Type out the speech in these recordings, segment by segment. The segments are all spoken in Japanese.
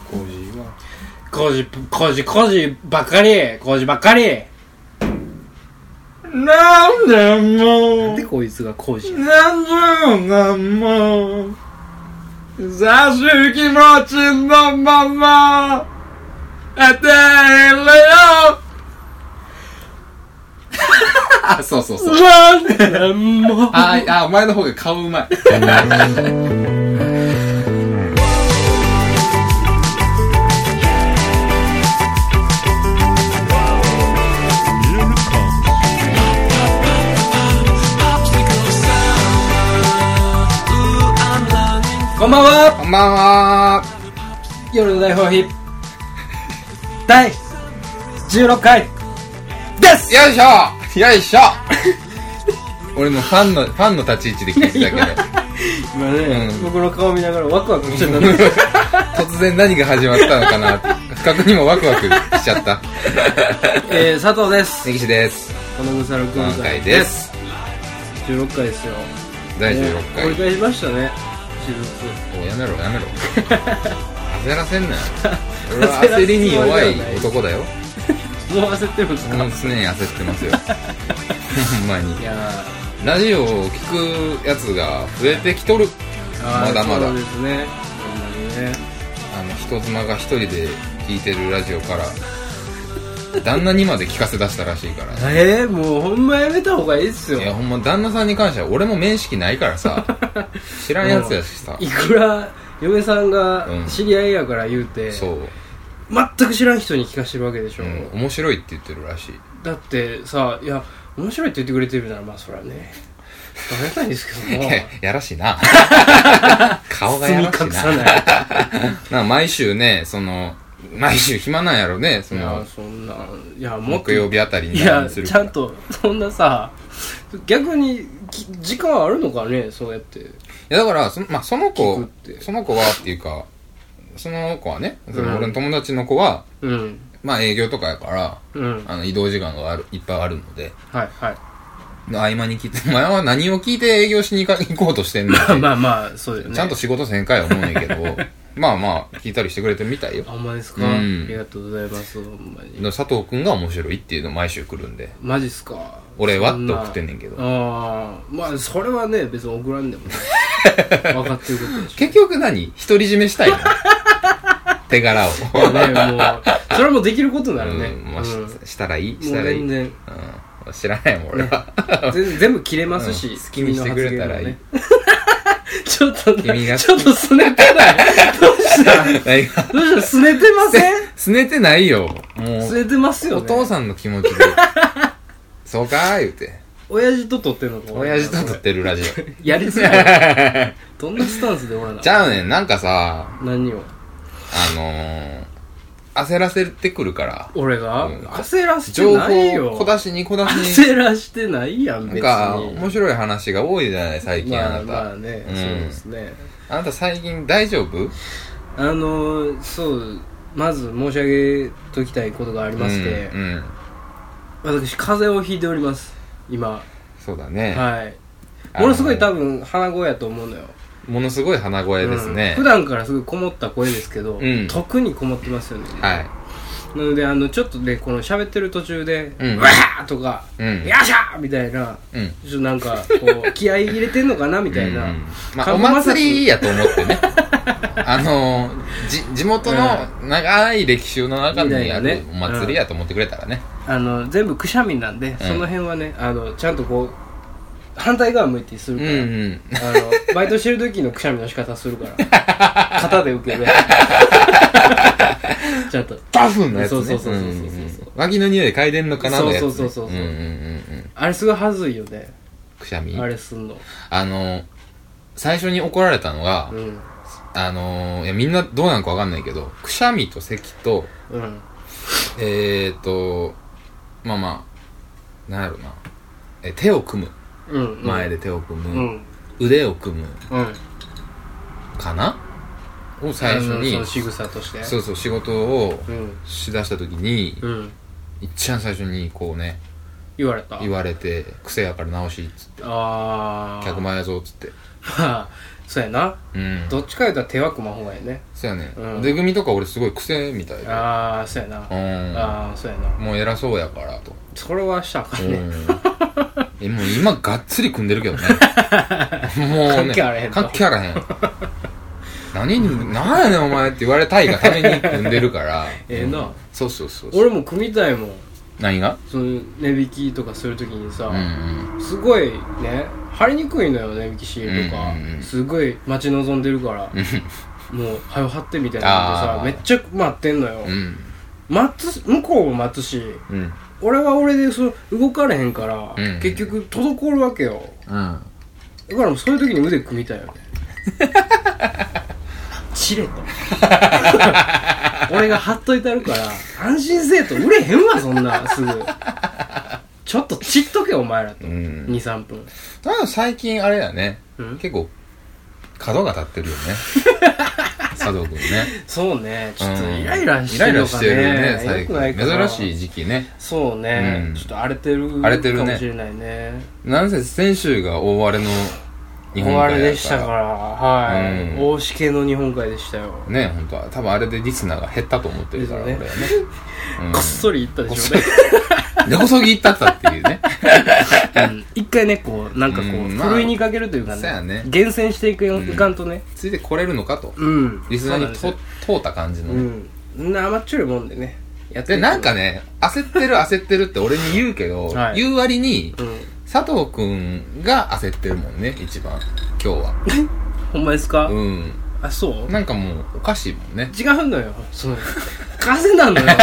工事ばっかりなんでこいつが工事なんも優しい気持ちのまま当てるよあ、そうそうそう。 なんもお前の方が顔うまい。 こんばんは。 こんばんは。 夜の大放棄第16回です。 よいしょよいしょ俺のファンの立ち位置で聞いてたけど今ね、僕の顔見ながらワクワクしてたね突然何が始まったのかなって、不覚にもワクワクしちゃった佐藤です。 根岸です。 このぐさるくん回です。 16回ですよ。 第16回折り返しましたね。 やめろ焦らせんなよ俺は焦りに弱い男だよもう焦ってるんですか？ もう常に焦ってますよほんまに。 いやラジオを聞くやつが増えてきとる。まだまだそうですね。ほんまにね。 人妻が一人で聞いてるラジオから旦那にまで聞かせ出したらしいからもうほんまやめた方がいいっすよ。 いやほんま旦那さんに関しては俺も面識ないからさ知らんやつやしさ、 いくら嫁さんが知り合いやから言うて、 そう全く知らん人に聞かしてるわけでしょ、 面白いって言ってるらしい。 だってさ、いや面白いって言ってくれてるならまあそらねありがたいんですけどもやらしいな顔がやらしいな。 包み隠さないなんか毎週ね、毎週暇なんやろね、 いやそんな、いやもっと木曜日あたりにいやするちゃんとそんなさ、逆に時間あるのかね、そうやって。いやだからその子はっていうか、その子はね、俺の友達の子は、まあ営業とかやから、移動時間がいっぱいあるので、 はいはい。 合間に聞いて、お前は何を聞いて営業しに行こうとしてんのまあそうだよね。 ちゃんと仕事せんかい思うんやけどまあ聞いたりしてくれてるみたいよ。 あんまですか、ありがとうございます。ほんまに佐藤くんが面白いっていうの毎週来るんで。 マジっすか。 俺はって送ってんねんけど。 まあそれはね別に送らんでもね分かってることでしょ。 結局独り占めしたいの手柄をいやね、もうそれもできることならね、 したらいい全然、 知らないもん俺は、 全部切れますし、 好きにしてくれたらいい。 ちょっとすねてないどうしたすねてません？ すねてないよ。もうすねてますよね。 お父さんの気持ちでそうかー言うて親父と撮ってるのか。 親父と撮ってるラジオやりづらいどんなスタンスでおらな。 ちゃうねん、なんかさ、 何を焦らせてくるから。 俺が、焦らせてないよ。 情報小出しに焦らしてないやん別に。 なんか面白い話が多いじゃない最近。あなたまあね、そうですね。 あなた最近大丈夫？ そうまず申し上げときたいことがありまして、私風邪をひいております今。 そうだね。 はい。ものすごい多分鼻声やと思うのよ。 ものすごい鼻声ですね。 普段からすごいこもった声ですけど、特にこもってますよね。 はい。 なのでちょっとねこの喋ってる途中でわーとかよっしゃーみたいな、ちょっとなんかこう気合い入れてんのかなみたいな。 まあお祭りやと思ってね。地元の長い歴史の中にあるお祭りやと思ってくれたらね。 全部くしゃみなんで、その辺はねちゃんとこう反対側向いてするから、バイトしてる時のくしゃみの仕方するから肩で受けるちゃんとタフなやつね。 そう脇の匂い嗅いでんのかなのやつね。 そうあれすごいはずいよね、 くしゃみ。 あれすんの。 最初に怒られたのが、いやみんなどうなんかわかんないけど、くしゃみと咳と、まあなんやろな、手を組む、前で手を組む、腕を組む、かなを最初に、 その仕草として、 そう仕事をしだした時に、いっちゃん最初にこうね言われて、癖やから直しっつって、客前やぞっつって、 まあそうやな、 うん、 どっちか言うたら手は組まん方がいいね。 そうやね、腕組みとか俺すごい癖みたいで。 ああそうやな、ああそうやな、 もう偉そうやからと。 それはしたらあかんね。 もう今がっつり組んでるけどね。もうね、関係あらへん。何やねんお前って言われたいがために組んでるから。 な。 そうそうそう。 俺も組みたいもん。 何が？ その値引きとかするときにさ、すごいね、貼りにくいのよ、値引きシールとか。すごい待ち望んでるから、もう早貼ってみたいなのでさ、めっちゃ待ってんのよ。向こうも待つし、俺は俺で動かれへんから、結局滞るわけよ。だからもうそういう時に腕組みたいよね。チレと俺が貼っといてあるから安心せえと、売れへんわそんなすぐ。ちょっと散っとけお前らと、2、3分。 ただ最近あれだね、結構角が立ってるよね。佐藤君ね。 そうね、ちょっとイライラしてるのかね。 るね最近。珍しい時期ね。 そうね、ちょっと荒れてるかもしれないね。 なんせ先週が大荒れの日本海大荒れでしたから、はい、大しけの日本海でしたよね。本当は多分あれでリスナーが減ったと思ってるから、俺はね。 こっそり言ったでしょうね。 根こそぎ言ったっていうね。 一回ね、こうなんかこうふるいにかけるというかね、厳選していかんとね、 ついてこれるのかと、リスナーに通った感じのね、 甘っちょいもんでねやって。でなんかね、焦ってるって俺に言うけど、言う割に佐藤くんが焦ってるもんね、一番今日は。 ほんまですか？あ、そう？ なんかもうおかしいもんね。 違うのよ、風なのよ。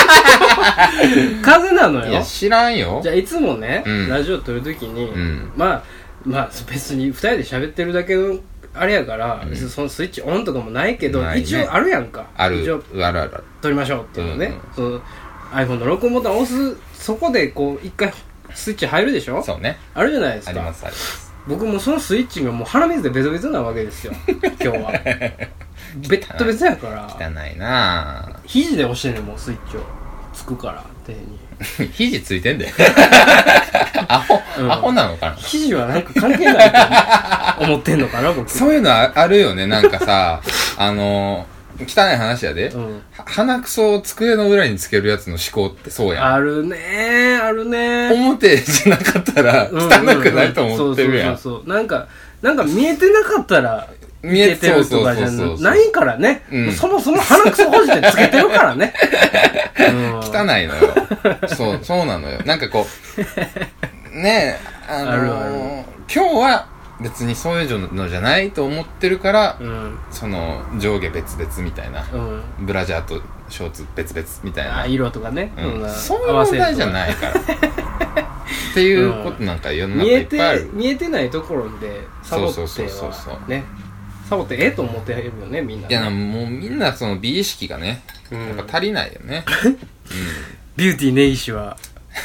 風なのよ。 いや知らんよ。 じゃあいつもね、ラジオ撮るときに、まあ別に2人で喋ってるだけのあれやから、そのスイッチオンとかもないけど、一応あるやんか。 ある撮りましょうっていうのね、その iPhone の録音ボタンを押す、そこでこう一回スイッチ入るでしょ。 そうね、 あるじゃないですか。 ありますあります。 僕もそのスイッチがもう鼻水でベトベトなわけですよ。今日はベッドベトやから。 汚いなぁ。 肘で押してんねん、もうスイッチをつくから手に。 肘ついてんで。アホなのかな。 肘はなんか関係ないと思ってんのかな、僕。 そういうのあるよね。なんかさ、汚い話やで、鼻くそを机の裏につけるやつの思考ってそうやん。 あるねあるね。 表じゃなかったら汚くないと思ってるやん。 そうなんか見えてなかったら見えてるとかじゃないからね、そもそも鼻くそほじでつけてるからね。 汚いのよ。そうなのよ。なんかこうねえ、今日は別にそういうのじゃないと思ってるから、その上下別々みたいな、ブラジャーとショーツ別々みたいな、 色とかね、 そういう問題じゃないからっていうことなんか世の中いっぱいある。 見えてないところでサボってはね、サボってと思ってるよね、みんな。 いやもうみんなその美意識がね、やっぱ足りないよね。 ビューティー根岸は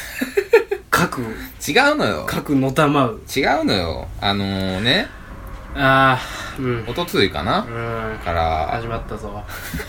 違うのよ。 のたまう。 違うのよ。ね。おとついかな、から始まったぞ。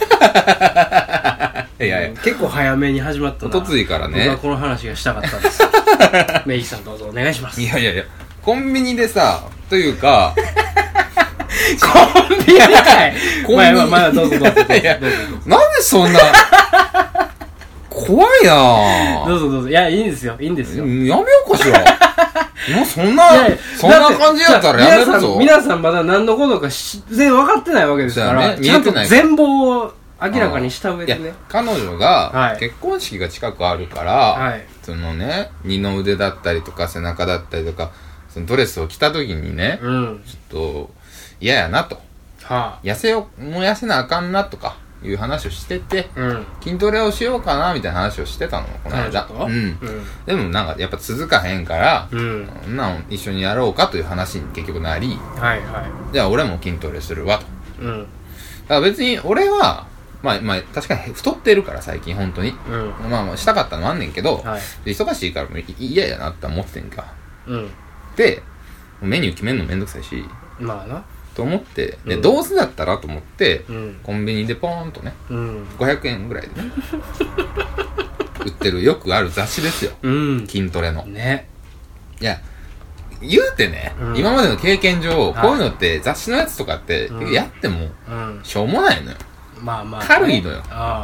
いや結構早めに始まったな。 おとついからね。 僕はこの話がしたかったんです。メイさんどうぞお願いします。 いやコンビニでさ、というかコンビニかい。まだどうぞ。なんでそんな怖いなぁ。 どうぞ。いや、いいんですよ。やめようかしら。もうそんな感じやったらやめるぞ。 皆さんまだ何のことか全然分かってないわけですから、ちゃんと全貌を明らかにした上でね。 彼女が結婚式が近くあるから、そのね、二の腕だったりとか背中だったりとか、そのドレスを着た時にね、ちょっと嫌やなと。痩せなあかんなとかいう話をしてて、筋トレをしようかなみたいな話をしてたの、この間。でもなんかやっぱ続かへんから、一緒にやろうかという話に結局なり、じゃあ俺も筋トレするわと。だから別に俺は、まあ確かに太ってるから最近本当に。まあしたかったのもあんねんけど、忙しいから嫌やなって思ってんか。で、メニュー決めんのめんどくさいし。 まあな。 と思って、でどうせだったらと思って、コンビニでポーンとね、500円ぐらいでね売ってるよくある雑誌ですよ、筋トレの。 ね。 いや言うてね、今までの経験上、こういうのって雑誌のやつとかってやってもしょうもないのよ。 まあまあ、 軽いのよ。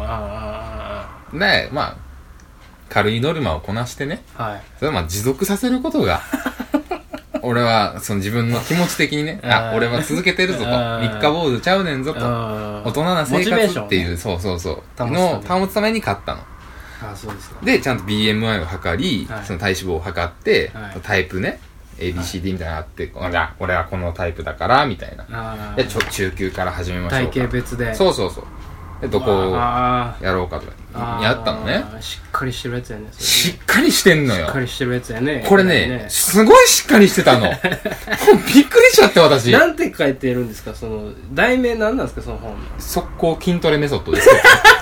で、まあ軽いノルマをこなしてね、それをまあ持続させることが俺はその自分の気持ち的にね、俺は続けてるぞと、三日坊主ちゃうねんぞと、大人な生活っていう、そうのを保つために買ったの。 そうですか。 でちゃんと BMI を測り、その体脂肪を測って、タイプね、ABCD みたいなのがあって、俺はこのタイプだからみたいな。で中級から始めましょうか。 体型別で。 そうでどこをやろうかとかやったのね。 しっかりしてるやつやね。 しっかりしてんのよ。 しっかりしてるやつやね。 これね、すごいしっかりしてたの。びっくりしちゃって私。 なんて書いてるんですか、その題名なんなんですか、その本の。 速攻筋トレメソッドです。 ちょっ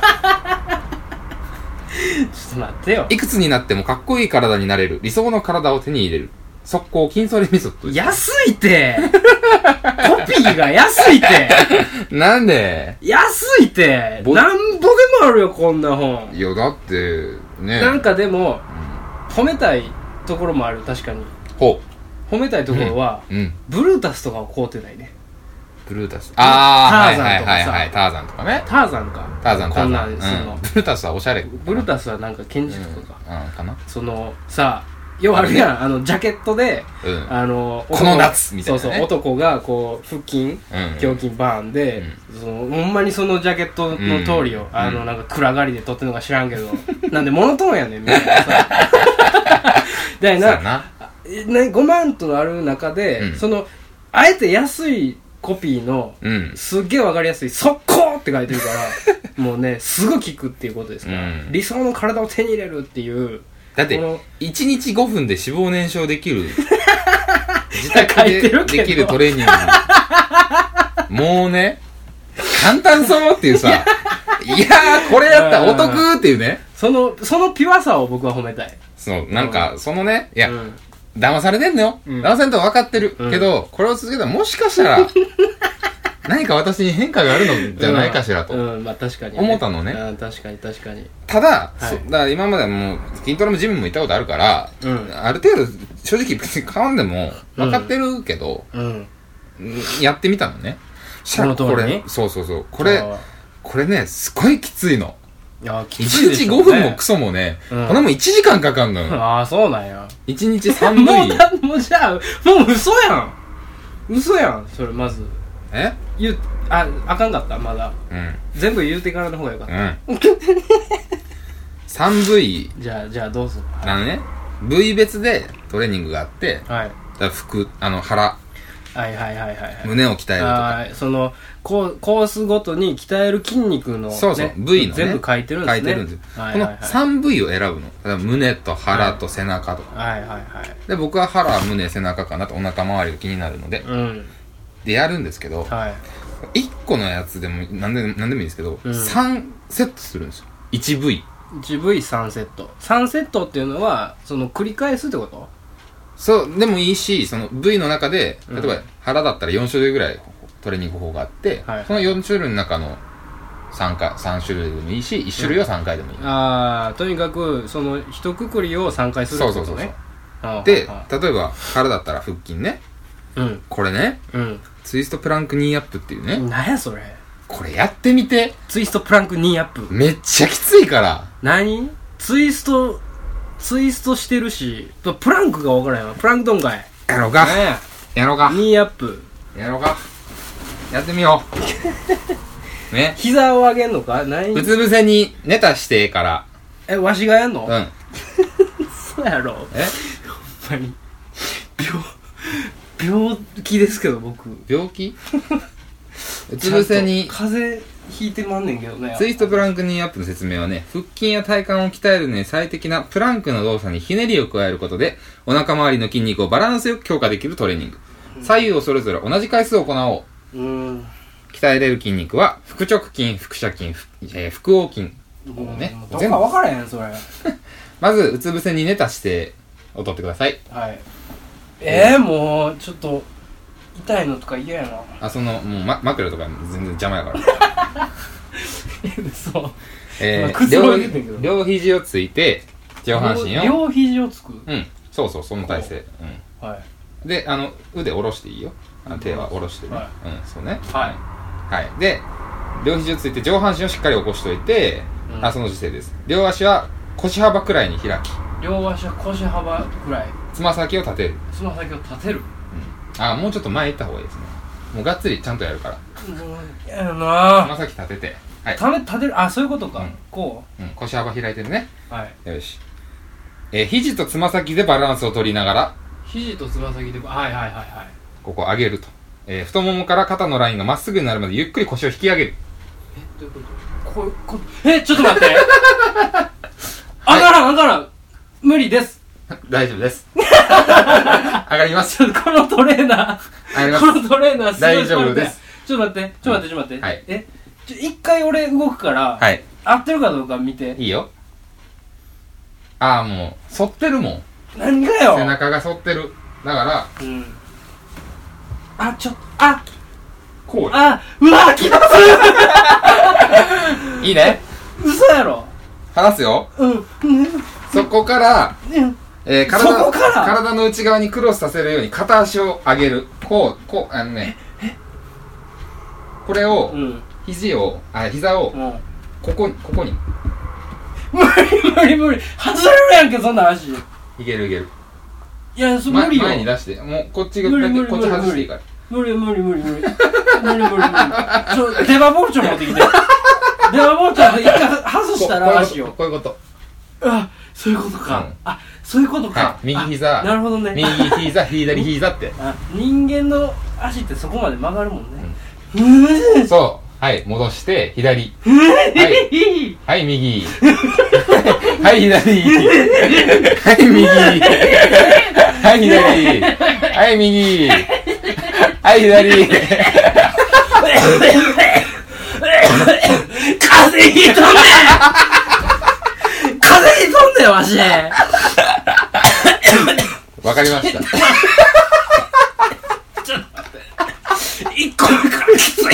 と待ってよ。 いくつになってもかっこいい体になれる理想の体を手に入れる速攻筋トレメソッドです。 安いってコピーが安いってなんで安いってなんぼでもあるよ、こんな本。 いやだってね、 なんかでも、褒めたいところもある。確かに褒めたいところは、ブルータスとかを買うてないね。 ブルータス、ターザンとかさ、ターザンとかね。 ターザンか。 ターザンこんなんするの。 ブルータスはおしゃれ。 ブルータスはなんか建築とかかな。 そのさ、要はあるやん、ジャケットで、 この夏みたいな。 そう男がこう腹筋、胸筋バーンで、ほんまにそのジャケットの通りを、なんか暗がりで撮ってるのか知らんけど、なんでモノトーンやねんみたいなさ。だな、5万とある中で、そのあえて安いコピーの、すっげえわかりやすい速攻って書いてるからもうね、すぐ効くっていうことですから、理想の体を手に入れるっていう。 だって1日5分で脂肪燃焼できる自宅でできるトレーニングもうね、簡単そうっていうさ、いやーこれやったらお得っていうね、 そのピュアさを僕は褒めたい。 そうなんかそのね、いや、騙されてんのよ、騙されんと分かってる、けどこれを続けたらもしかしたら何か私に変化があるのじゃないかしらとまあ確かに思ったのね。 確かにただ、だから今までも筋トレもジムも行ったことあるから、ある程度正直別に変わんでも分かってるけど、やってみたのね。 その通りに。 そうこれねすごいきついの。 いやきついでしょ 1日5分もクソもね、これも1時間かかんのよ。 ああそうなんや。 1日3部位もうじゃあもう嘘やんそれ。まずあかんかったまだ、全部言うてからの方がよかった、3部位じゃあどうぞ。 ね、部位別でトレーニングがあって、だ腹腹、胸を鍛えるとか、 そのコースごとに鍛える筋肉の、 部位のね全部書いてるんですね。 この3部位を選ぶの。例えば胸と腹と背中とか、で僕は腹、胸、背中かなと、お腹周りが気になるので、でやるんですけど、1個のやつでも何でもいいんですけど、3セットするんですよ。1部位 3セット3セットっていうのはその繰り返すってこと？ そうでもいいし、その部位の中で例えば腹だったら4種類ぐらいトレーニング方法があって、その4種類の中の3種類でもいいし、1種類は3回でもいい、 とにかくその一括りを3回するってことね。 で例えば腹だったら腹筋ね、これね、ツイストプランクニーアップっていうね。 何やそれ。 これやってみて。 ツイストプランクニーアップめっちゃきついから。 何？ツイストしてるし、プランクが分からんよ。プランクトンかい。 やろうか。やろうか。 ニーアップやろうか。やってみよう。ね。 膝を上げんのか？何？ うつ伏せにネタしてから。 わしがやんの？そうやろ。ほんまに病気ですけど僕。 病気？うつ伏せに風邪ひいてまんねんけどね。 ツイストプランクニーアップの説明はね、腹筋や体幹を鍛えるのに最適なプランクの動作にひねりを加えることでお腹周りの筋肉をバランスよく強化できるトレーニング。左右をそれぞれ同じ回数を行おう。鍛えれる筋肉は腹直筋、腹斜筋、腹横筋。ね、 どっか分からへんそれ。 まずうつ伏せにネタしてを取ってください。 もうちょっと痛いのとか嫌やな。 もう枕とか全然邪魔やからそう、 両肘をついて上半身を両肘をつく。 そうその体勢、 で腕下ろしていいよ。手は下ろしてね、そうね。 はいで両肘をついて上半身をしっかり起こしといて、その姿勢です。両足は腰幅くらいに開き、 両足は腰幅くらい、 つま先を立てる。もうちょっと前行った方がいいですね。もうがっつりちゃんとやるから。 やだな。 つま先立てて、 立てる。そういうことか。こう、腰幅開いてるね。よし。肘とつま先でバランスを取りながら、 肘とつま先でここ上げると。太ももから肩のラインがまっすぐになるまでゆっくり腰を引き上げる。 どういうこと？ちょっと待って。上がらん。無理です。 大丈夫です。上がります。 このトレーナーすごい大丈夫です。 ちょっと待って。一回俺動くから、合ってるかどうか見て。 いいよ。もう反ってるもん。 何がよ。 背中が反ってる。だから、こう。 うわきついいね。 嘘やろ。 離すよ。そこから、体の内側にクロスさせるように片足を上げる。こう、これを、膝を、ここに。 無理。外れるやんけ、そんな足。 いける。 いや、無理よ。 前に出して。もう、こっち外していいから。 無理。出刃包丁持ってきて。出刃包丁で一回外したら足を。 こういうこと。 そういうことか。そういうことか。 右膝。 なるほどね。 右膝、左膝って。 人間の足ってそこまで曲がるもんね。そう。戻して、左。右。左。右。左。右。左。 風邪ひいとんねんわし。 わかりました。 ちょっと待って。一個目からきつい。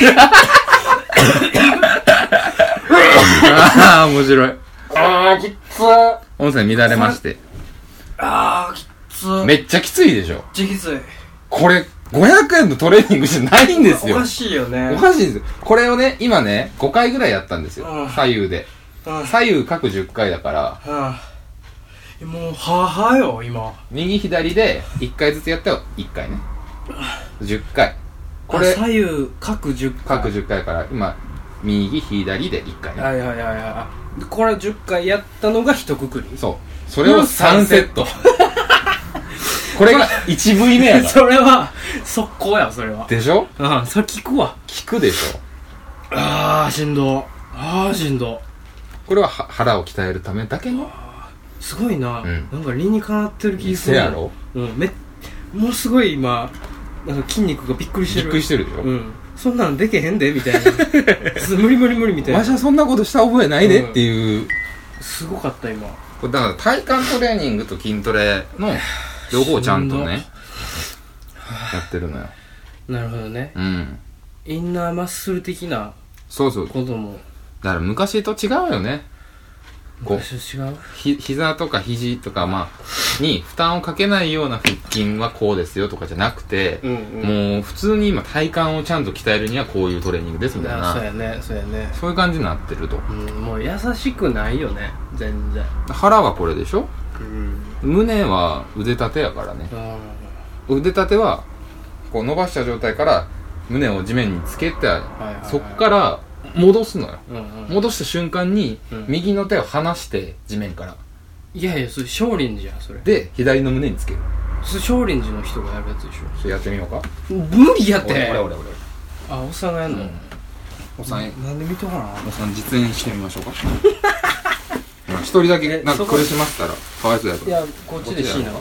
面白い。 きつ。 音声乱れまして。 きつ。 めっちゃきついでしょ。 めっちゃきつい。 これ、500円のトレーニングじゃないんですよ。 おかしいよね。 おかしいんですよ。これをね、今ね、5回ぐらいやったんですよ。左右で。左右各10回だから。 もう、よ、今。 右左で1回ずつやったよ。1回ね。10回。 これ。左右各10回。 各10回から、今、右左で1回ね。 これ10回やったのが一括り。 そう。それを3セット。これが1部位目やから。 それは速攻や。それはでしょ。 それ聞くわ。 聞くでしょ。 しんど。 これは腹を鍛えるためだけの。 すごいな。なんか理にかなってる気がする。 やろ。 もうすごい今なんか筋肉がびっくりしてる。 びっくりしてるでしょ。 そんなんでけへんでみたいな。無理みたいな。 わしはそんなことした覚えないでっていう。 すごかった今。 これだから体幹トレーニングと筋トレの両方ちゃんとねやってるのよ。 なるほどね。インナーマッスル的なことも。 だから昔と違うよね。 昔と違う。 膝とか肘とかに負担をかけないような腹筋はこうですよとかじゃなくて、もう普通に今体幹をちゃんと鍛えるにはこういうトレーニングですみたいな。 そうやね。 そういう感じになってると。 もう優しくないよね全然。 腹はこれでしょ。胸は腕立てやからね。腕立てはこう伸ばした状態から胸を地面につけて、そっから戻すのよ。戻した瞬間に右の手を離して地面から。 いやそれ少林寺やそれ。 で左の胸につける。 それ少林寺の人がやるやつでしょ。 それやってみようか。 無理やって。 俺おっさんがやんの。 おっさんなんで見とかな。 おっさん実演してみましょうか。一人だけなんか苦しませたらかわいそうやと。 いやこっちでしいな。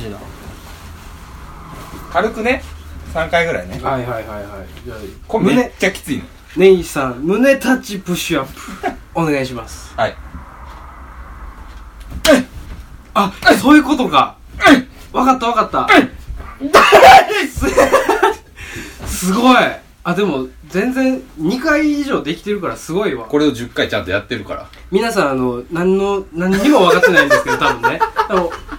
軽くね3回ぐらいね。 はい。 これめっちゃきついの。 ネイさん胸タッチプッシュアップお願いします。 はい。 そういうことか。わかった。すごい。でも全然2回以上できてるからすごいわ。 これを10回ちゃんとやってるから。 皆さん何にも分かってないんですけど多分ね。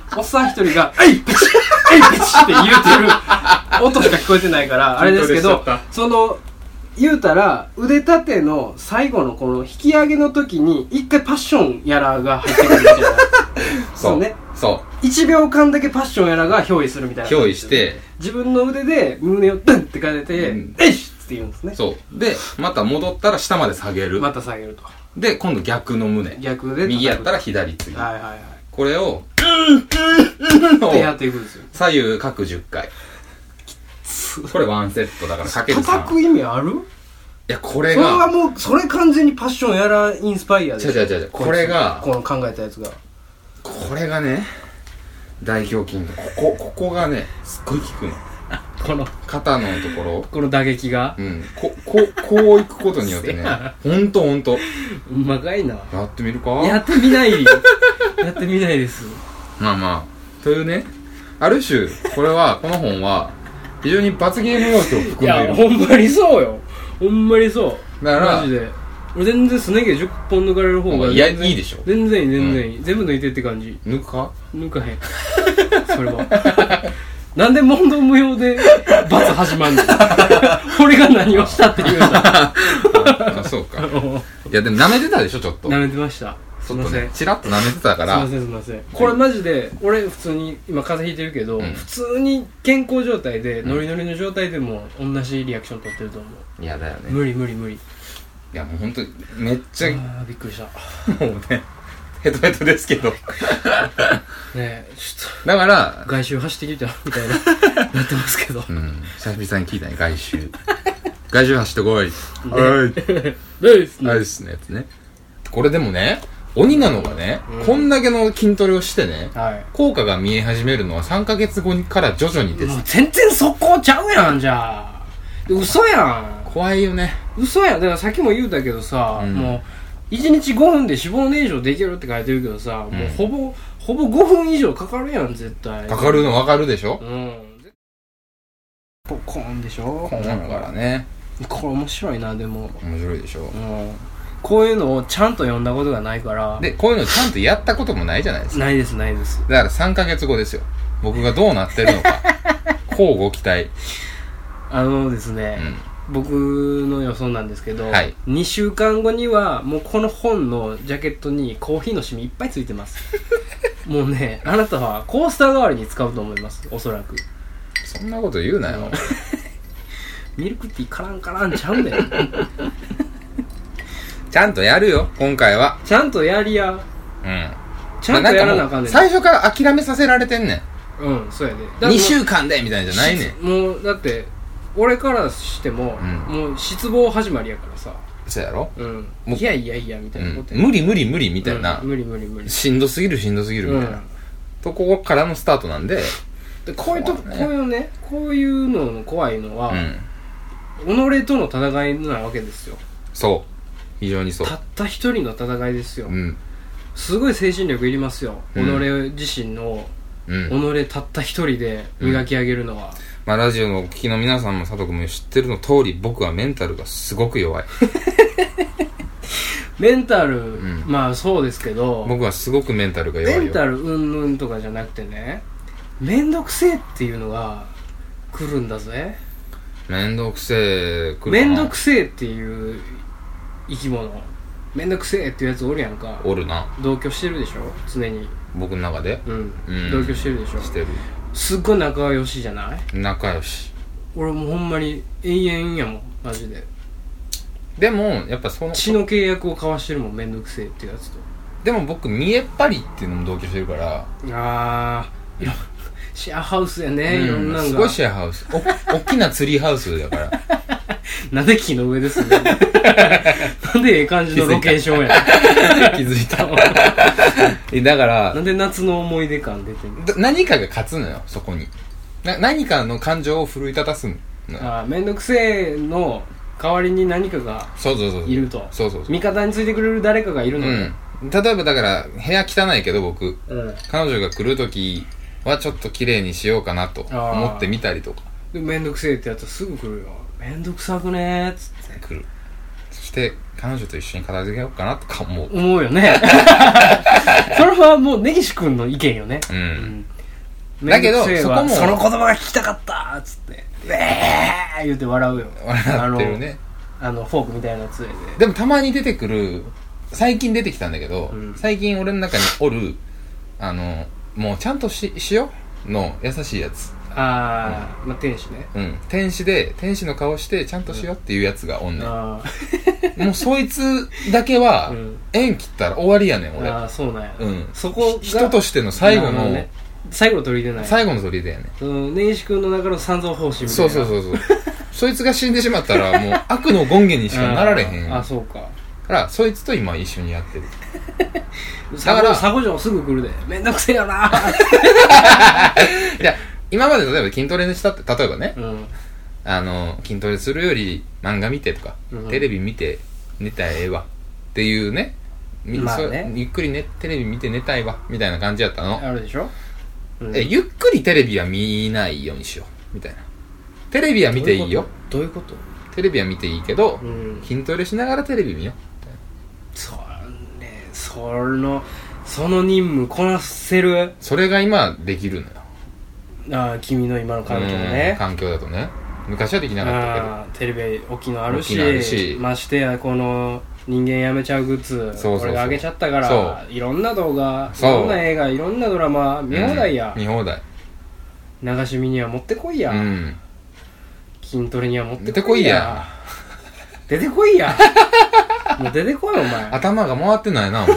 おっさん一人が「えいペチえいペチ」って言うてる音しか聞こえてないからあれですけど、その言うたら腕立ての最後のこの引き上げの時に一回パッションやらが入ってくるみたいなそうね、そう 1秒間だけパッションやらが憑依するみたいな、 憑依して自分の腕で胸をドンって変えて「えいし!」って言うんですね。 そうでまた戻ったら下まで下げる、 また下げると、 で今度逆の胸、 逆で右やったら左次、 はいはいはい、 これをってやっていくんですよ。 左右各10回これワンセットだからかける3。 叩く意味ある？ いやこれがそれはもうそれ完全にパッションやらインスパイアでしょ。 違うこれがこの考えたやつがこれがね大胸筋のここがねすっごい効くのこの肩のところこの打撃がこういくことによってねほんとうまかいな。 やってみるか？ やってみないやってみないです。 まあというねある種この本は非常に罰ゲーム要素を含んでいる。 いやほんまにそうよ、ほんまにそう。 だからマジで俺全然すね毛10本抜かれる方がいやいいでしょ。 全然いい、全部抜いてって感じ。 抜くか？ 抜かへんそれはなんで問答無用で罰始まんの俺が何をしたって言うんだあそうか。いやでも舐めてたでしょ、ちょっと舐めてました。 ちょっとねチラッと舐めてたからすいませんこれマジで俺普通に今風邪ひいてるけど、普通に健康状態でノリノリの状態でも同じリアクション取ってると思う。 いやだよね、 無理いやもうほんとめっちゃびっくりしたもうねヘトヘトですけどねえちょっとだから外周走ってきたみたいななってますけど久々に聞いたね外周走ってこいはいですねやつね。これでもね鬼なのがね、こんだけの筋トレをしてね、効果が見え始めるのは3ヶ月後から徐々にです。 もう全然速攻ちゃうやんじゃあ。嘘やん。 怖いよね。 嘘やん。だからさっきも言うたけどさ、もう1日5分で脂肪燃焼できるって書いてるけどさ、もうほぼ5分以上かかるやん絶対。 かかるの分かるでしょ。 ポコーンでしょ。 コーンだからね。 これ面白いな。でも面白いでしょ。 こういうのをちゃんと読んだことがないから。 でこういうのちゃんとやったこともないじゃないですか。 ないですだから3ヶ月後ですよ、僕がどうなってるのか乞うご期待。 ですね、僕の予想なんですけど、2週間後にはもうこの本のジャケットにコーヒーのシミいっぱいついてますもうねあなたはコースター代わりに使うと思います、おそらく。 そんなこと言うなよミルクティーカランちゃうんだよちゃんとやるよ今回は。 ちゃんとやりや。ちゃんとやらなあかんねん。 最初から諦めさせられてんねん。そうやで。 2週間でみたいなじゃないねん。 もうだって俺からしても、もう失望始まりやからさ。 そうやろ。 いやみたいなこと。 無理みたいな。 無理。 しんどすぎるみたいな。とこからのスタートなんで。 こういうのの怖いのは、己との戦いなわけですよ。 そう。非常にそう。 たった一人の戦いですよ。すごい精神力いりますよ。己自身の、己たった一人で磨き上げるのは。 まあラジオのお聞きの皆さんも佐藤君も知ってるの通り、僕はメンタルがすごく弱い。 メンタル、まあそうですけど、 僕はすごくメンタルが弱いよ。 メンタルうんぬんとかじゃなくてね、めんどくせえっていうのが来るんだぜ。 めんどくせえ来るかな。 めんどくせえっていう生き物、めんどくせえっていうやつおるやんか。 おるな。 同居してるでしょ常に。 僕の中で同居してるでしょ。 してる。 すっごい仲良しじゃない？ 仲良し。 俺もうほんまに永遠やもんマジで。 でもやっぱその血の契約を交わしてるもん、めんどくせえっていうやつと。 でも僕見えっ張りっていうのも同居してるから。 シェアハウスやね、いろんなのが。 すごいシェアハウス。おっきなツリーハウスだからなんで木の上ですねなんでええ感じのロケーションや気づいただからなんで夏の思い出感出てんの。 何かが勝つのよそこに。何かの感情を奮い立たすの。 めんどくせえの代わりに何かがいると。 そう味方についてくれる誰かがいるのよ。 例えばだから部屋汚いけど僕、彼女が来るときはちょっと綺麗にしようかなと思ってみたりとか。 でめんどくせえってやつはすぐ来るよ。めんどくさくねーっつって来る。そして彼女と一緒に片付けようかなとか思うよねそれはもう根岸君の意見よね。 だけどそこもその言葉が聞きたかったっつって言うて笑うよ。 笑ってるね。 フォークみたいな杖で。 でもたまに出てくる、最近出てきたんだけど、最近俺の中におるもうちゃんと しようの優しいやつ。 まあ天使ね。 天使の顔してちゃんとしようっていうやつがおんねん。もうそいつだけは縁切ったら終わりやねん俺。 そうなんや。そこが人としての最後の最後の砦ない。 最後の砦やね。 根岸君の中の三蔵法師みたいな。 そうそいつが死んでしまったらもう悪の権限にしかなられへん。 そうか。 からそいつと今一緒にやってる。 だから佐護城すぐ来るで。めんどくせえよな。 いや今まで例えば筋トレにしたって例えばね、筋トレするより漫画見てとか、テレビ見て寝たらええわっていうね、ゆっくりねテレビ見て寝たいわみたいな感じやったの。 あるでしょ。 ゆっくりテレビは見ないようにしようみたいな。テレビは見ていいよ。 どういうこと？ テレビは見ていいけど、筋トレしながらテレビ見よう。 その任務こなせる。 それが今できるのよ。 君の今の環境ね。 環境だとね。昔はできなかったけど。テレビ大きいのあるし、ましてやこの人間やめちゃうグッズ、これが上げちゃったからいろんな動画、いろんな映画、いろんなドラマ見放題や。 見放題。 流し見には持ってこいや。筋トレには持ってこいや。出てこいや。もう出てこいお前。 頭が回ってないなお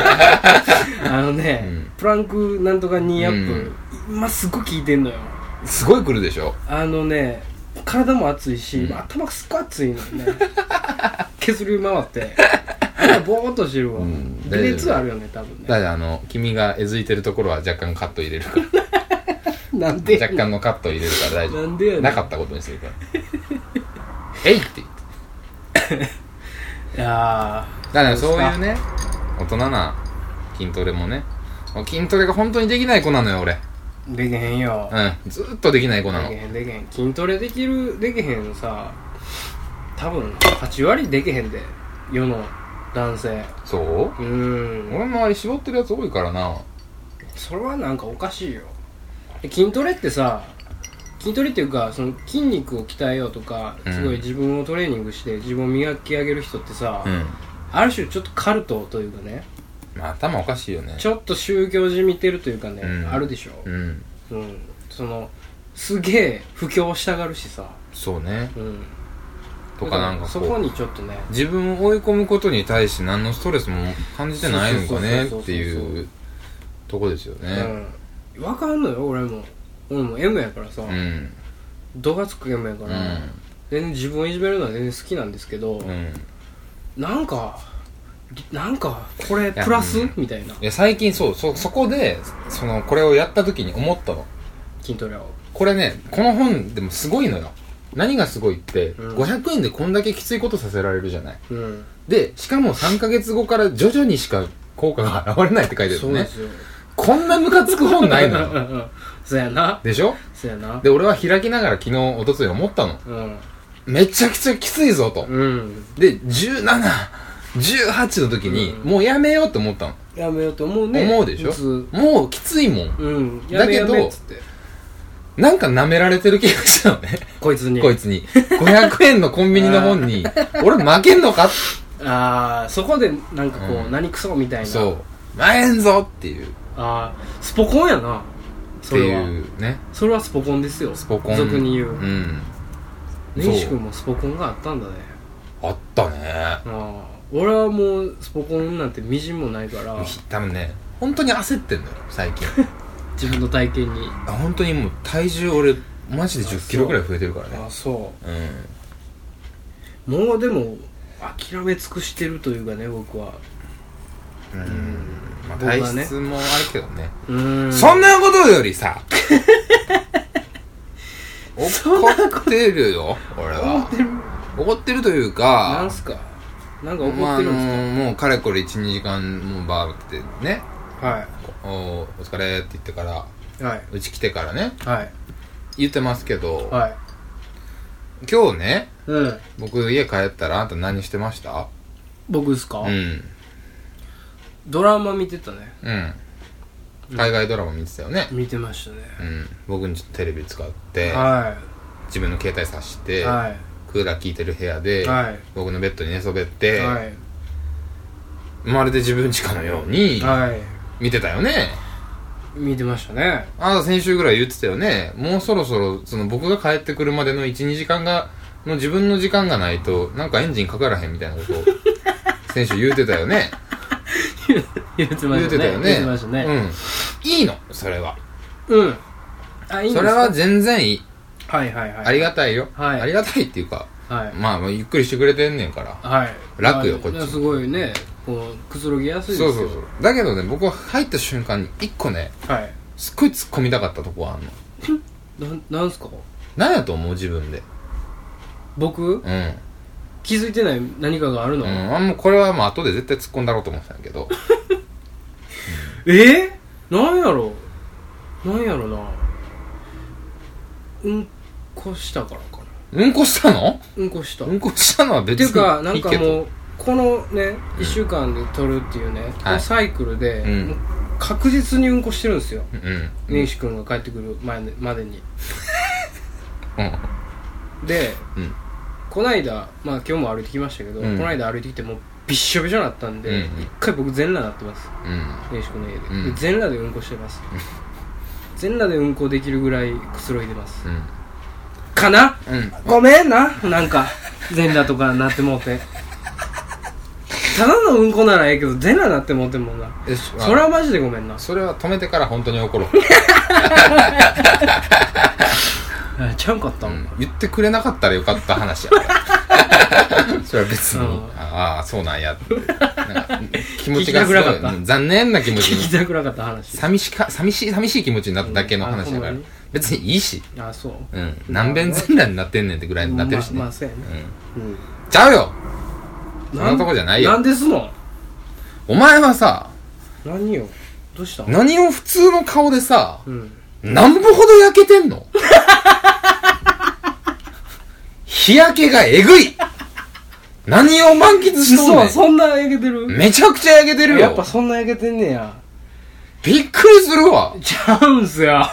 前。プランクなんとか2アップ、今すごい効いてんのよ。 すごい来るでしょ。 体も熱いし、頭がすっごい熱いのよね。削り回ってボーっとしてるわ。微熱あるよね多分ね。 だから君がえずいてるところは若干カット入れるからなんで若干のカット入れるから大丈夫。 なんでやねん。 なかったことにするからえいって言っていやだからそういうね大人な筋トレもね、筋トレが本当にできない子なのよ俺。 できへんよ。 ずっとできない子なの。 できへん。筋トレできへんのさ、多分8割できへんで世の男性。 そう？俺もあれ絞ってるやつ多いからな。 それはなんかおかしいよ。筋トレってさ、筋トレっていうかその筋肉を鍛えようとか、すごい自分をトレーニングして自分を磨き上げる人ってさ、ある種ちょっとカルトというかね、 頭おかしいよね。 ちょっと宗教じみてるというかね、あるでしょ。そのすげえ布教したがるしさ。 そうね。とかなんかそこにちょっとね、 自分を追い込むことに対して何のストレスも感じてないのかねっていうとこですよね。わかんのよ。俺も M やからさ、度がつく M やから、全然自分をいじめるのは全然好きなんですけど、なんかこれプラスみたいな。 いや最近そこでこれをやった時に思ったの。 筋トレを。 これね、この本でもすごいのよ。何がすごいって、500円でこんだけきついことさせられるじゃない。でしかも3ヶ月後から徐々にしか効果が現れないって書いてるのね。そうですよ。こんなムカつく本ないのよ。 そうやな。 でしょ。 そうやな。 で俺は開きながら昨日おとつい思ったの。めちゃくちゃきついぞと。で17、18の時にもうやめようと思ったの。 やめようと思うね。 思うでしょ。もうきついもん。だけどなんか舐められてる気がしたのね。こいつに500円のコンビニの本に俺負けんのか。 そこでなんかこう、何クソみたいな。 そう負えんぞっていう。 スポコンやな。それはっていうね。 それはスポコンですよ。 スポコン俗に言う。根岸君もスポコンがあったんだね。 あったね。 俺はもうスポコンなんてみじんもないから。 多分ね本当に焦ってんのよ最近。 自分の体験に。 本当にもう体重俺マジで10キロぐらい増えてるからね。 もうでも諦め尽くしてるというかね僕は。 体質もあるけどね。そんなことよりさ怒ってるよ俺は。怒ってるというか。 なんすか。なんか怒ってるんですか。 もうかれこれ 1,2 時間もうバーってね。お疲れって言ってから、うち来てからね、言ってますけど、今日ね、僕家帰ったらあんた何してました？ 僕ですか？ うん。 ドラマ見てたね。 うん。海外ドラマ見てたよね。 見てましたね。 うん。僕んちテレビ使って、 はい。 自分の携帯挿して、 はい。 クーラー効いてる部屋で、 はい。 僕のベッドに寝そべって、 はい。 まるで自分家かのように、 はい。 見てたよね。 見てましたね。 あなた先週ぐらい言ってたよね。もうそろそろ、僕が帰ってくるまでの1、2時間の自分の時間がないと、なんかエンジンかからへんみたいなことを、先週言ってたよね。 言ってましたね。 言ってたよね。 言ってましたね。 うん。いいの、それは。 うん。あ、いいんですか？ それは全然いい。 はいはいはい。 ありがたいよ。 はい。 ありがたいっていうか、 はい。 まあ、ゆっくりしてくれてんねんから。 はい。 楽よ、こっち。 すごいね、くつろぎやすいですよ。 そうそうそう。だけどね、僕は入った瞬間に一個ね、 はい。 すっごい突っ込みたかったとこあんの。なんすか？ 何やと思う自分で。 僕？ うん。 気づいてない何かがあるの？ もうこれはもう後で絶対突っ込んだろうと思ってたんだけど。 なんやろな。うんこしたからかな。 うんこしたの？ うんこした。 うんこしたのは別にいいけど。 っていうか、なんかもう、このね、1週間で撮るっていうね、このサイクルで、もう確実にうんこしてるんですよ。根岸君が帰ってくる前までに。で、こないだ、まあ今日も歩いてきましたけど、こないだ歩いてきてもうびっしょびしょになったんで、一回僕全裸になってます。根岸君の家で。全裸でうんこしてます。全裸でうんこできるぐらいくつろいでます。かな、ごめんな、なんか全裸とかなってもうて、ただのうんこならええけど全裸なってもうてんもんな。それはマジでごめんな。 それは止めてから本当に怒ろう。 ちゃうかったもん、 言ってくれなかったらよかった話やそれは別にああそうなんやって気持ちがすごい残念な気持ちに聞きたくなかった話。 寂しい気持ちになっただけの話だから、別にいいし。 あ、そう。 何遍全裸になってんねんってぐらいになってるしね。 まあそうやね。 ちゃうよ。そんなとこじゃないよ。 なんですの？ お前はさ、 何よ。どうした？ 何を普通の顔でさ、なんぼほど焼けてんの？日焼けがえぐい。何を満喫しとんねん。 そんな焼けてる？ めちゃくちゃ焼けてるよ。 やっぱそんな焼けてんねや。 びっくりするわ。 ちゃうんすよ。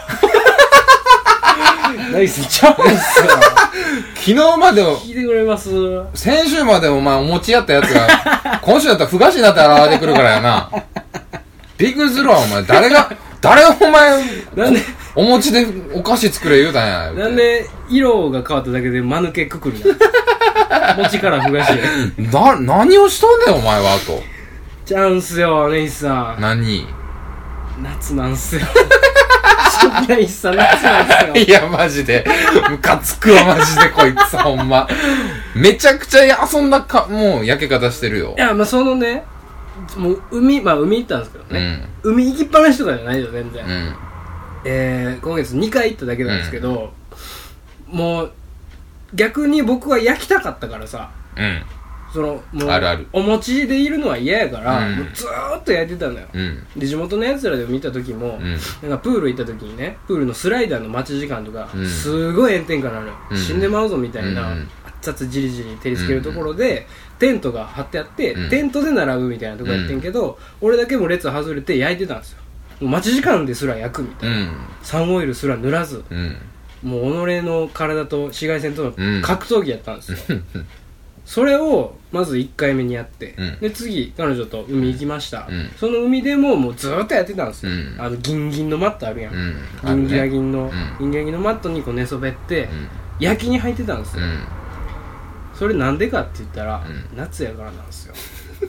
ナイスちゃうんすよ。 昨日まで聞いてくれます？ 先週までお前お餅やったやつが今週だったらふ菓子になって現れてくるからやな。びっくりするわお前。誰お前なんでお餅でお菓子作れ言うたんや。 なんで色が変わっただけで間抜けくくりなの？餅からふ菓子へ。 何をしとんねんお前はと。 ちゃうんすよネイさん。 何？ 夏なんすよ。ネイさん夏なんすよ。 いやマジでムカつくわマジでこいつほんま。めちゃくちゃ遊んだもう焼け方してるよ。 いやまあそのね、もう海行ったんですけどね、海行きっぱなしとかじゃないよ全然、今月2回行っただけなんですけど、もう逆に僕は焼きたかったからさ、もうあるあるお餅でいるのは嫌やから、もうずーっと焼いてたのよ、で地元のやつらで見た時も、なんかプール行った時にね、プールのスライダーの待ち時間とか、すごい炎天下なのよ、死んでまうぞみたいな、熱々じりじり照りつけるところで、テントが張ってあって、テントで並ぶみたいなとこやってんけど、俺だけも列外れて焼いてたんですよ。もう待ち時間ですら焼くみたいな、サンオイルすら塗らず、もう己の体と紫外線との格闘技やったんですよ、それをまず1回目にやって、で次彼女と海行きました、その海でももうずーっとやってたんですよ、ギンギンのマットあるやん、ギンギラギンのマットにこう寝そべって、焼きに入ってたんですよ、それなんでかって言ったら、夏やからなんですよ。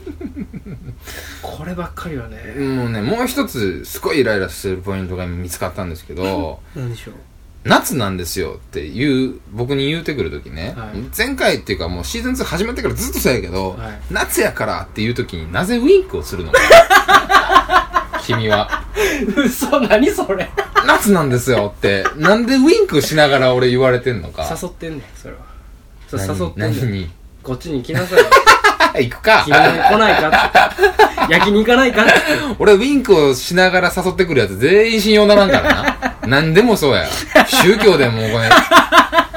こればっかりはね、 もうね、もう一つすごいイライラしてるポイントが見つかったんですけど何でしょう。 夏なんですよって僕に言うてくるときね、前回っていうかもうシーズン2始まってからずっとそうやけど、夏やからっていうときになぜウィンクをするの君は。 嘘、何それ。 夏なんですよってなんでウィンクしながら俺言われてんのか。 誘ってんねんそれは。誘ってんねん。 何にこっちに来なさいよ。 行くか。 君来ないかって。焼きに行かないかって。 俺ウィンクをしながら誘ってくるやつ全員信用ならんからな。何でもそうや。宗教でもこれ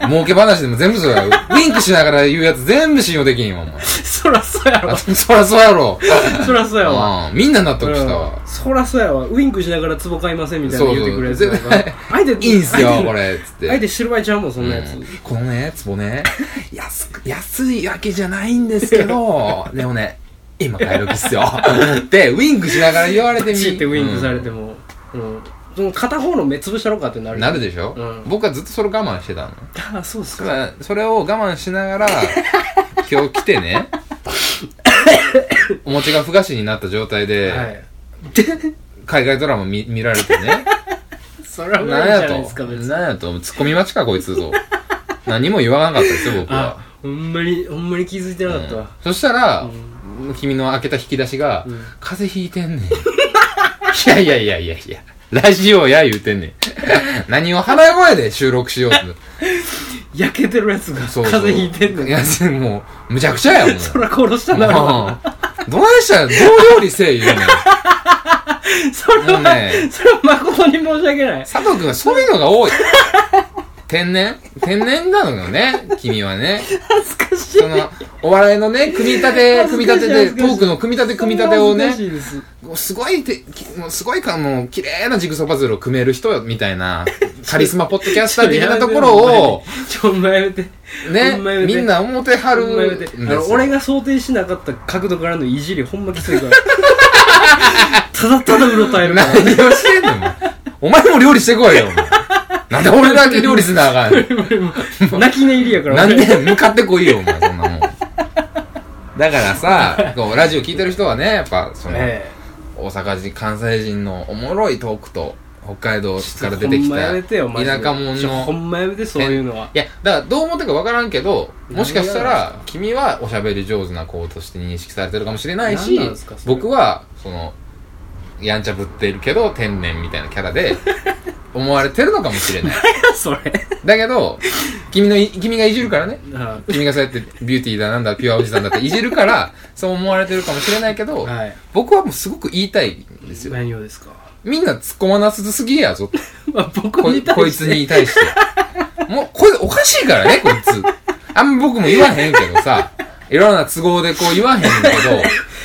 儲け話でも全部そうや。ウィンクしながら言うやつ全部信用できんわ、お前。 そらそうやろ。 そらそうやろ。 そらそうやわ。 みんな納得したわ。 そらそうやわ。ウィンクしながら壺買いませんみたいな言ってくるやつ。 相手いいんすよ、これ。つって。 相手知る場合ちゃうもん、そんなやつ。 このね、壺ね、安いわけじゃないんですけど、でもね、今買える気っすよ。で、ウィンクしながら言われてみ。 チってウィンクされても。その片方の目つぶしたろかってなる。 なるでしょ、僕はずっとそれ我慢してたの。 あ、そうっすか。 それを我慢しながら、今日来てね、お餅が不菓子になった状態で、海外ドラマ見られてね。 それは無理じゃないですか、 別に。何やと、ツッコミ待ちかこいつぞ。何も言わなかったですよ、僕は。 ほんまに気づいてなかったわ。 そしたら、君の開けた引き出しが、風邪ひいてんねん。いや。ラジオや言うてんねん。何を鼻声で収録しようって。 焼けてるやつが風邪ひいてんねん。 いや、もう、むちゃくちゃやもん。 そら殺したな。 どないしたら、どう料理せえ言うねん。 それは誠に申し訳ない。 佐藤くんはそういうのが多い。天然なのよね、君はね。 恥ずかしい。 お笑いのね、組み立てで、トークの組み立てをね、すごいもう、綺麗なジグソーパズルを組める人みたいな、カリスマポッドキャスター的なところを、ね、みんな思ってはるんですよ。 俺が想定しなかった角度からのいじりほんまきついから。ただただうろたえるから。 何をしてんのお前も料理してこいよ、お前。なんで俺だけ料理せなあかんの。 泣き寝入りやから。 なんで向かってこいよ、お前、そんなもん。だからさ、ラジオ聞いてる人はね、やっぱ、大阪人、関西人のおもろいトークと、北海道から出てきた田舎者の。 ほんまやめて、そういうのは。 いや、だからどう思ってるかわからんけど、もしかしたら、君はおしゃべり上手な子として認識されてるかもしれないし、僕は、やんちゃぶってるけど、天然みたいなキャラで、思われてるのかもしれない。 それ。 だけど、君がいじるからね。君がそうやってビューティーだなんだ、ピュアおじさんだっていじるから、そう思われてるかもしれないけど、僕はもうすごく言いたいんですよ。 何をですか？ みんな突っ込まなすぎやぞ。 僕に対して。 こいつに対して。もう、これおかしいからね、こいつ。あんま僕も言わへんけどさ、いろんな都合でこう言わへんけど、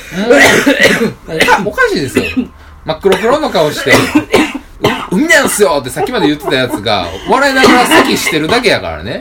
もう、おかしいですよ。真っ黒の顔して、海なんすよってさっきまで言ってたやつが、笑いながら咳してるだけやからね。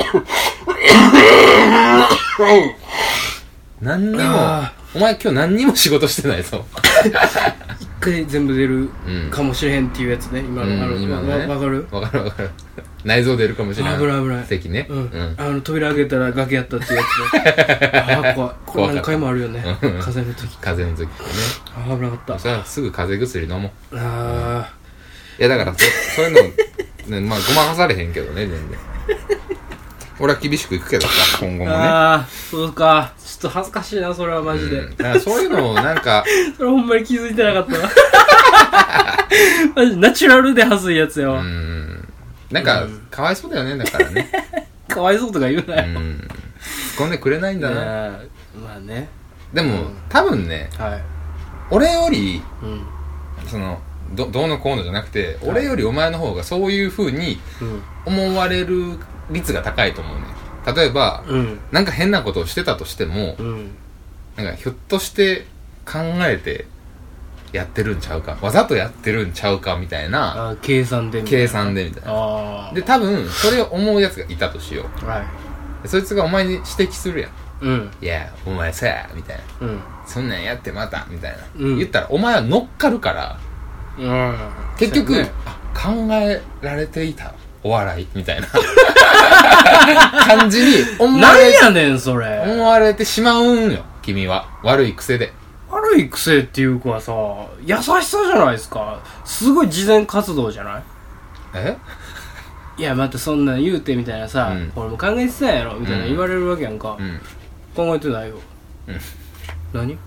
何にも、お前今日何にも仕事してないぞ。 一回全部出るかもしれへんっていうやつね、今の。わかる？ わかる。内臓出るかもしれない。 危ない。 咳ね。 扉開けたら崖やったっていうやつね。怖い。これ何回もあるよね。風邪の時。 風邪の時ね。 危なかった。 それはすぐ風邪薬飲もう。いやだからそういうの、ね、まあごまかされへんけどね、全然。俺は厳しくいくけどさ、今後もね。 そうか。ちょっと恥ずかしいな、それはマジで。 だからそういうのをなんか。 それほんまに気づいてなかったわ。マジナチュラルで恥ずいやつよ。 なんか、かわいそうだよね、だからね。 かわいそうとか言うなよ。 突っ込んでくれないんだな。 まあね。 でも、多分ね、俺より、どうのこうのじゃなくて、俺よりお前の方がそういう風に思われる率が高いと思うね。例えば、なんか変なことをしてたとしても、なんかひょっとして考えてやってるんちゃうか、わざとやってるんちゃうかみたいな。 計算でみたいな。で、多分それを思うやつがいたとしよう。そいつがお前に指摘するやん。いや、お前さ、みたいな。そんなんやってまた、みたいな。言ったらお前は乗っかるから、結局、考えられていたお笑いみたいな感じに思われてしまうんよ、君は。悪い癖で。 悪い癖っていうかさ、優しさじゃないですか。すごい慈善活動じゃない？いや、待って、そんなん言うてみたいなさ、俺も考えてたんやろみたいな言われるわけやんか。考えてないよ。何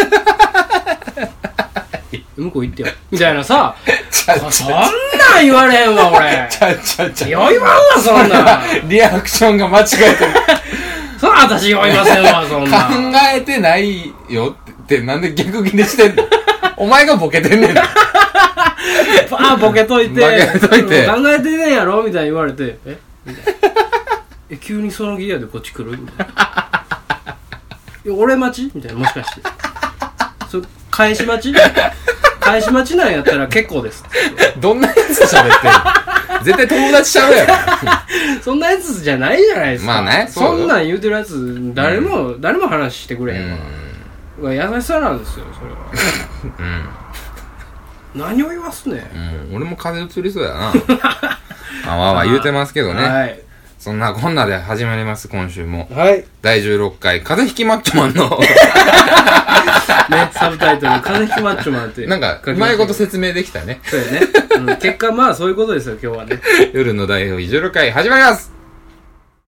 向こう行ってよみたいなさ、そんなん言われへんわ俺。よいわんわそんな。 リアクションが間違えてる。 そら私酔いませんわそんな。 考えてないよってなんで逆ギレしてんの？お前がボケてんねん。 ボケといて。考えてねえやろみたいに言われて、みたいな。 急にそのギリアでこっち来るみたいな俺待ちみたいなもしかして返し待ち返し待ちなんやったら結構ですどんなやつ喋ってんの絶対友達ちゃうやろそんなやつじゃないじゃないですか。 まあね、 そんなん言うてるやつ誰も話してくれへんわ、優しさなんですよそれは何を言わすね俺も風邪うつりそうやなわわ言うてますけどね、はい、そんなこんなで始まります今週も、はい、第16回風邪ひきマッチョマンのね、サブタイトル風邪ひきマッチョマンってなんかうまいこと説明できたね。 そうやね、結果まあそういうことですよ今日はね夜の第16回始まります。